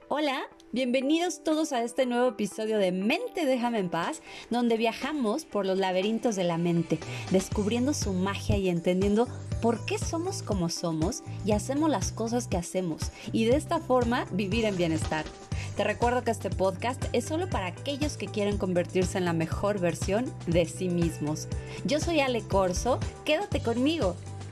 Hola, bienvenidos todos a este nuevo episodio de Mente Déjame en Paz, donde viajamos por los laberintos de la mente, descubriendo su magia y entendiendo por qué somos como somos y hacemos las cosas que hacemos, y de esta forma vivir en bienestar. Te recuerdo que este podcast es solo para aquellos que quieren convertirse en la mejor versión de sí mismos. Yo soy Ale Corzo, quédate conmigo.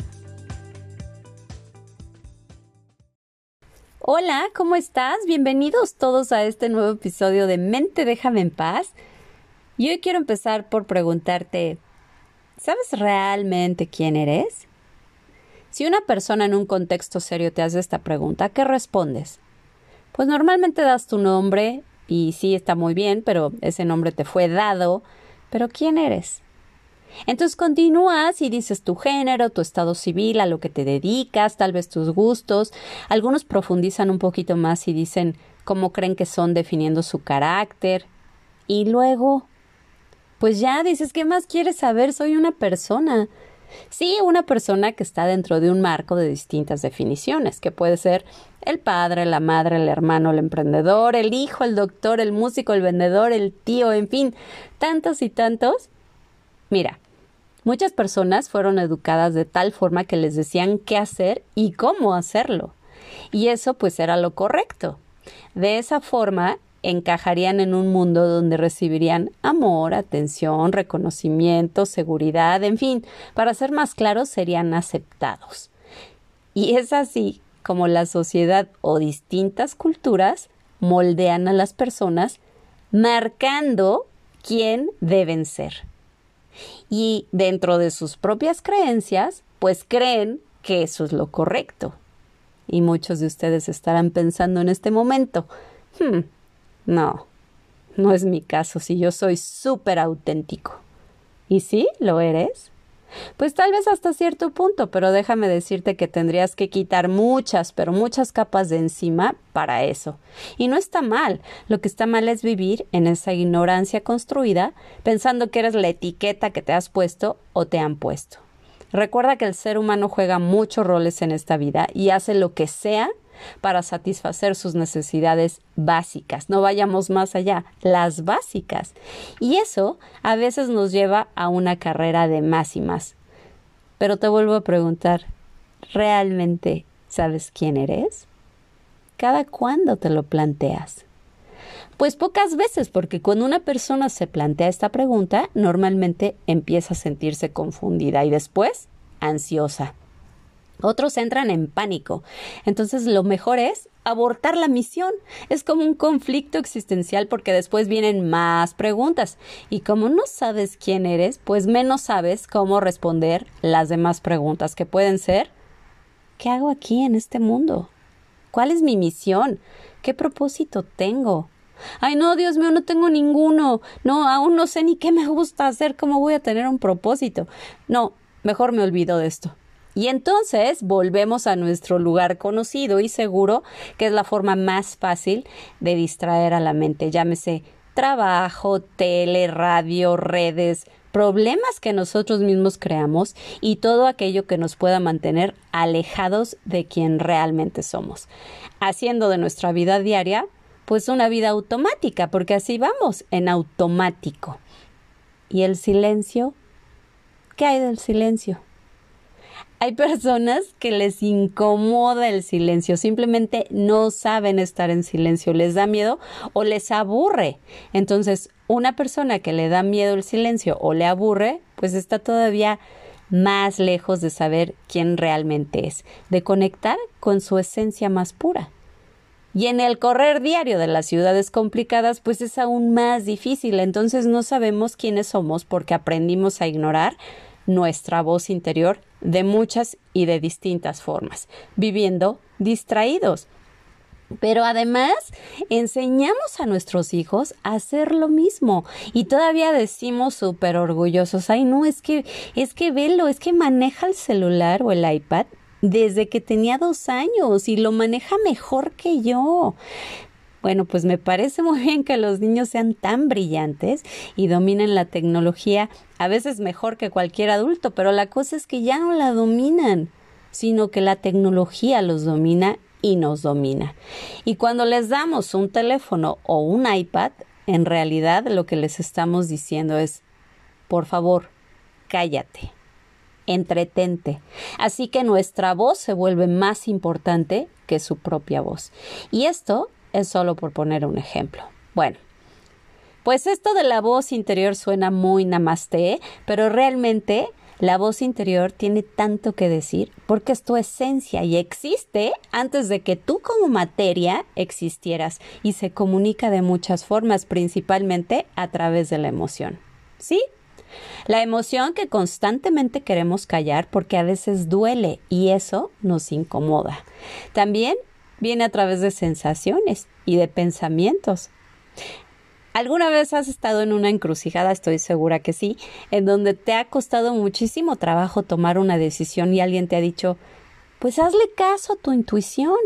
Hola, ¿cómo estás? Bienvenidos todos a este nuevo episodio de Mente Déjame en Paz. Y hoy quiero empezar por preguntarte, ¿sabes realmente quién eres? Si una persona en un contexto serio te hace esta pregunta, ¿qué respondes? Pues normalmente das tu nombre y sí, está muy bien, pero ese nombre te fue dado. ¿Pero quién eres? Entonces continúas y dices tu género, tu estado civil, a lo que te dedicas, tal vez tus gustos. Algunos profundizan un poquito más y dicen cómo creen que son definiendo su carácter. Y luego, pues ya dices, ¿qué más quieres saber? Soy una persona. Sí, una persona que está dentro de un marco de distintas definiciones, que puede ser el padre, la madre, el hermano, el emprendedor, el hijo, el doctor, el músico, el vendedor, el tío, en fin, tantos y tantos. Mira, muchas personas fueron educadas de tal forma que les decían qué hacer y cómo hacerlo. Y eso pues era lo correcto. De esa forma encajarían en un mundo donde recibirían amor, atención, reconocimiento, seguridad, en fin, para ser más claros, serían aceptados. Y es así como la sociedad o distintas culturas moldean a las personas marcando quién deben ser. Y dentro de sus propias creencias, pues creen que eso es lo correcto. Y muchos de ustedes estarán pensando en este momento, no es mi caso si yo soy súper auténtico. ¿Y sí? ¿Lo eres? Pues tal vez hasta cierto punto, pero déjame decirte que tendrías que quitar muchas, pero muchas capas de encima para eso. Y no está mal. Lo que está mal es vivir en esa ignorancia construida, pensando que eres la etiqueta que te has puesto o te han puesto. Recuerda que el ser humano juega muchos roles en esta vida y hace lo que sea para satisfacer sus necesidades básicas. No vayamos más allá, las básicas. Y eso a veces nos lleva a una carrera de más y más. Pero te vuelvo a preguntar, ¿realmente sabes quién eres? ¿Cada cuándo te lo planteas? Pues pocas veces, porque cuando una persona se plantea esta pregunta, normalmente empieza a sentirse confundida y después ansiosa. Otros entran en pánico. Entonces lo mejor es abortar la misión. Es como un conflicto existencial porque después vienen más preguntas. Y como no sabes quién eres, pues menos sabes cómo responder las demás preguntas que pueden ser: ¿qué hago aquí en este mundo? ¿Cuál es mi misión? ¿Qué propósito tengo? Ay, no, Dios mío, no tengo ninguno. No, aún no sé ni qué me gusta hacer. ¿Cómo voy a tener un propósito? No, mejor me olvido de esto. Y entonces volvemos a nuestro lugar conocido y seguro, que es la forma más fácil de distraer a la mente. Llámese trabajo, tele, radio, redes, problemas que nosotros mismos creamos y todo aquello que nos pueda mantener alejados de quien realmente somos. Haciendo de nuestra vida diaria, pues una vida automática, porque así vamos, en automático. ¿Y el silencio? ¿Qué hay del silencio? Hay personas que les incomoda el silencio, simplemente no saben estar en silencio, les da miedo o les aburre. Entonces, una persona que le da miedo el silencio o le aburre, pues está todavía más lejos de saber quién realmente es, de conectar con su esencia más pura. Y en el correr diario de las ciudades complicadas, pues es aún más difícil. Entonces no sabemos quiénes somos porque aprendimos a ignorar nuestra voz interior de muchas y de distintas formas, viviendo distraídos. Pero además enseñamos a nuestros hijos a hacer lo mismo y todavía decimos súper orgullosos, ay no, es que velo, es que maneja el celular o el iPad desde que tenía 2 años y lo maneja mejor que yo. Bueno, pues me parece muy bien que los niños sean tan brillantes y dominen la tecnología, a veces mejor que cualquier adulto, pero la cosa es que ya no la dominan, sino que la tecnología los domina y nos domina. Y cuando les damos un teléfono o un iPad, en realidad lo que les estamos diciendo es, por favor, cállate, entretente. Así que nuestra voz se vuelve más importante que su propia voz. Y esto es solo por poner un ejemplo. Bueno, pues esto de la voz interior suena muy namasté, pero realmente la voz interior tiene tanto que decir porque es tu esencia y existe antes de que tú como materia existieras y se comunica de muchas formas, principalmente a través de la emoción. ¿Sí? La emoción que constantemente queremos callar porque a veces duele y eso nos incomoda. También viene a través de sensaciones y de pensamientos. ¿Alguna vez has estado en una encrucijada? Estoy segura que sí, en donde te ha costado muchísimo trabajo tomar una decisión y alguien te ha dicho, pues hazle caso a tu intuición.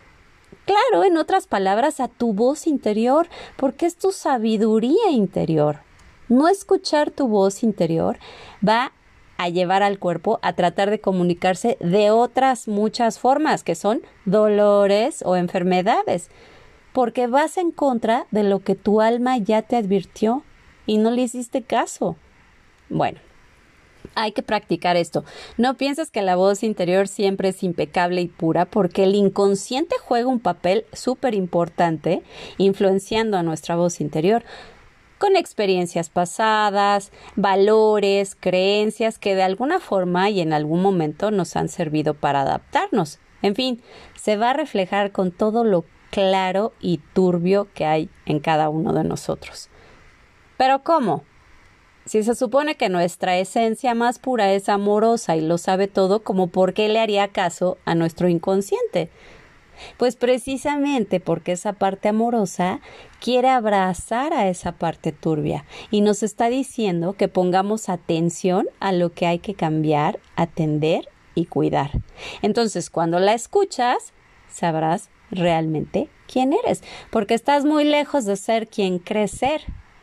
Claro, en otras palabras, a tu voz interior, porque es tu sabiduría interior. No escuchar tu voz interior va a llevar al cuerpo a tratar de comunicarse de otras muchas formas, que son dolores o enfermedades. Porque vas en contra de lo que tu alma ya te advirtió y no le hiciste caso. Bueno, hay que practicar esto. No pienses que la voz interior siempre es impecable y pura, porque el inconsciente juega un papel súper importante influenciando a nuestra voz interior, con experiencias pasadas, valores, creencias que de alguna forma y en algún momento nos han servido para adaptarnos. En fin, se va a reflejar con todo lo claro y turbio que hay en cada uno de nosotros. ¿Pero cómo? Si se supone que nuestra esencia más pura es amorosa y lo sabe todo, ¿cómo por qué le haría caso a nuestro inconsciente? Pues precisamente porque esa parte amorosa quiere abrazar a esa parte turbia y nos está diciendo que pongamos atención a lo que hay que cambiar, atender y cuidar. Entonces, cuando la escuchas, sabrás realmente quién eres, porque estás muy lejos de ser quien crees ser.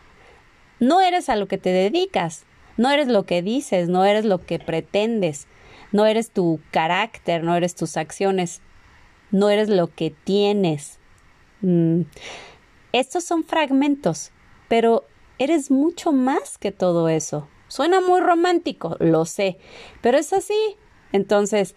No eres a lo que te dedicas, no eres lo que dices, no eres lo que pretendes, no eres tu carácter, no eres tus acciones, no eres lo que tienes. Estos son fragmentos, pero eres mucho más que todo eso. Suena muy romántico, lo sé, pero es así. Entonces,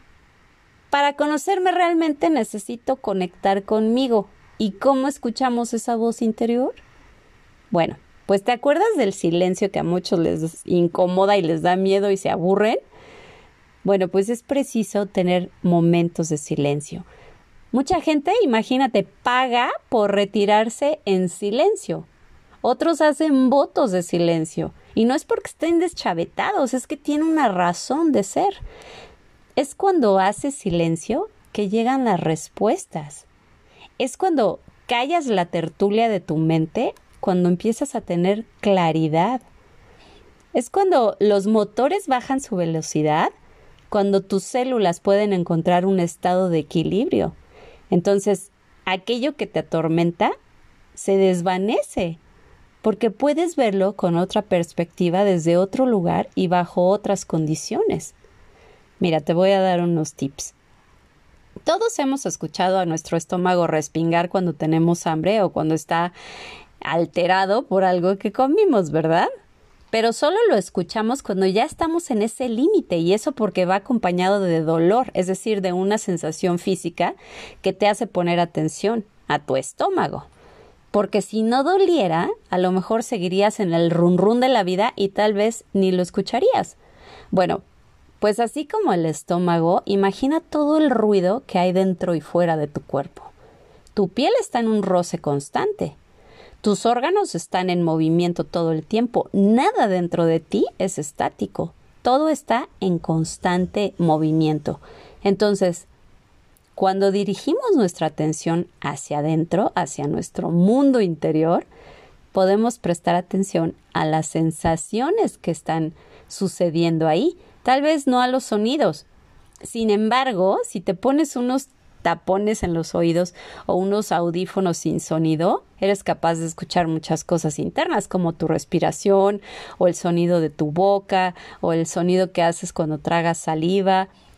para conocerme realmente necesito conectar conmigo. ¿Y cómo escuchamos esa voz interior? Bueno, pues ¿te acuerdas del silencio que a muchos les incomoda y les da miedo y se aburren? Bueno, pues es preciso tener momentos de silencio. Mucha gente, imagínate, paga por retirarse en silencio. Otros hacen votos de silencio. Y no es porque estén deschavetados, es que tiene una razón de ser. Es cuando haces silencio que llegan las respuestas. Es cuando callas la tertulia de tu mente, cuando empiezas a tener claridad. Es cuando los motores bajan su velocidad, cuando tus células pueden encontrar un estado de equilibrio. Entonces, aquello que te atormenta se desvanece, porque puedes verlo con otra perspectiva desde otro lugar y bajo otras condiciones. Mira, te voy a dar unos tips. Todos hemos escuchado a nuestro estómago respingar cuando tenemos hambre o cuando está alterado por algo que comimos, ¿verdad? Pero solo lo escuchamos cuando ya estamos en ese límite y eso porque va acompañado de dolor, es decir, de una sensación física que te hace poner atención a tu estómago. Porque si no doliera, a lo mejor seguirías en el run run de la vida y tal vez ni lo escucharías. Bueno, pues así como el estómago, imagina todo el ruido que hay dentro y fuera de tu cuerpo. Tu piel está en un roce constante. Tus órganos están en movimiento todo el tiempo. Nada dentro de ti es estático. Todo está en constante movimiento. Entonces, cuando dirigimos nuestra atención hacia adentro, hacia nuestro mundo interior, podemos prestar atención a las sensaciones que están sucediendo ahí. Tal vez no a los sonidos. Sin embargo, si te pones unos tapones en los oídos o unos audífonos sin sonido, eres capaz de escuchar muchas cosas internas como tu respiración o el sonido de tu boca o el sonido que haces cuando tragas saliva.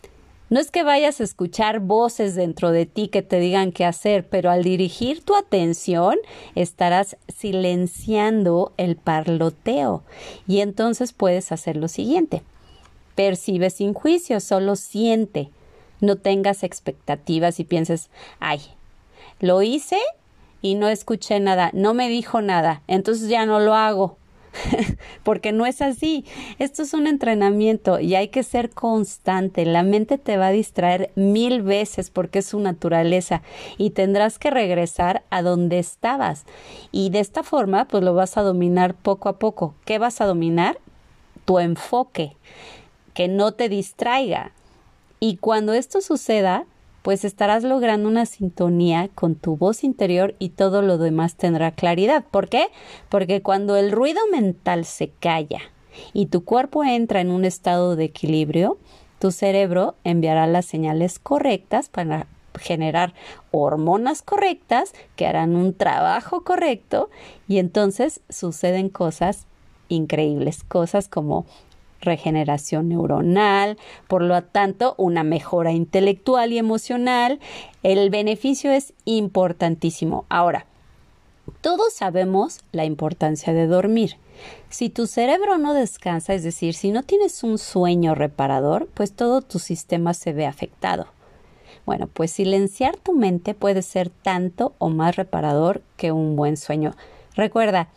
No es que vayas a escuchar voces dentro de ti que te digan qué hacer, pero al dirigir tu atención estarás silenciando el parloteo y entonces puedes hacer lo siguiente. Percibe sin juicio, solo siente. No tengas expectativas y pienses, ay, lo hice y no escuché nada, no me dijo nada, entonces ya no lo hago. Porque no es así. Esto es un entrenamiento y hay que ser constante. La mente te va a distraer 1000 veces porque es su naturaleza y tendrás que regresar a donde estabas. Y de esta forma, pues lo vas a dominar poco a poco. ¿Qué vas a dominar? Tu enfoque, que no te distraiga. Y cuando esto suceda, pues estarás logrando una sintonía con tu voz interior y todo lo demás tendrá claridad. ¿Por qué? Porque cuando el ruido mental se calla y tu cuerpo entra en un estado de equilibrio, tu cerebro enviará las señales correctas para generar hormonas correctas que harán un trabajo correcto y entonces suceden cosas increíbles, cosas como regeneración neuronal, por lo tanto, una mejora intelectual y emocional. El beneficio es importantísimo. Ahora, todos sabemos la importancia de dormir. Si tu cerebro no descansa, es decir, si no tienes un sueño reparador, pues todo tu sistema se ve afectado. Bueno, pues silenciar tu mente puede ser tanto o más reparador que un buen sueño. Recuerda,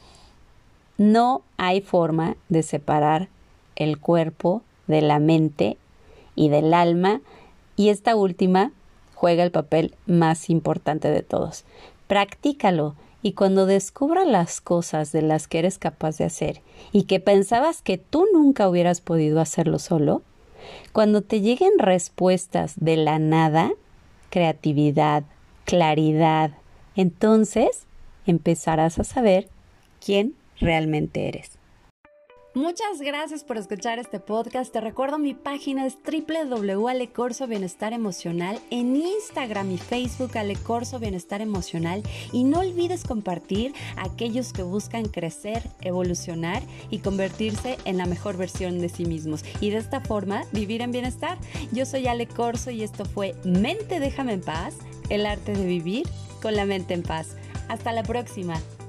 no hay forma de separar el cuerpo de la mente y del alma, y esta última juega el papel más importante de todos. Practícalo y cuando descubras las cosas de las que eres capaz de hacer y que pensabas que tú nunca hubieras podido hacerlo solo, cuando te lleguen respuestas de la nada, creatividad, claridad, entonces empezarás a saber quién realmente eres. Muchas gracias por escuchar este podcast. Te recuerdo mi página es www.alecorso Bienestar Emocional, en Instagram y Facebook Alecorso Bienestar Emocional, y no olvides compartir a aquellos que buscan crecer, evolucionar y convertirse en la mejor versión de sí mismos y de esta forma vivir en bienestar. Yo soy Ale Corso y esto fue Mente Déjame en Paz, el arte de vivir con la mente en paz. Hasta la próxima.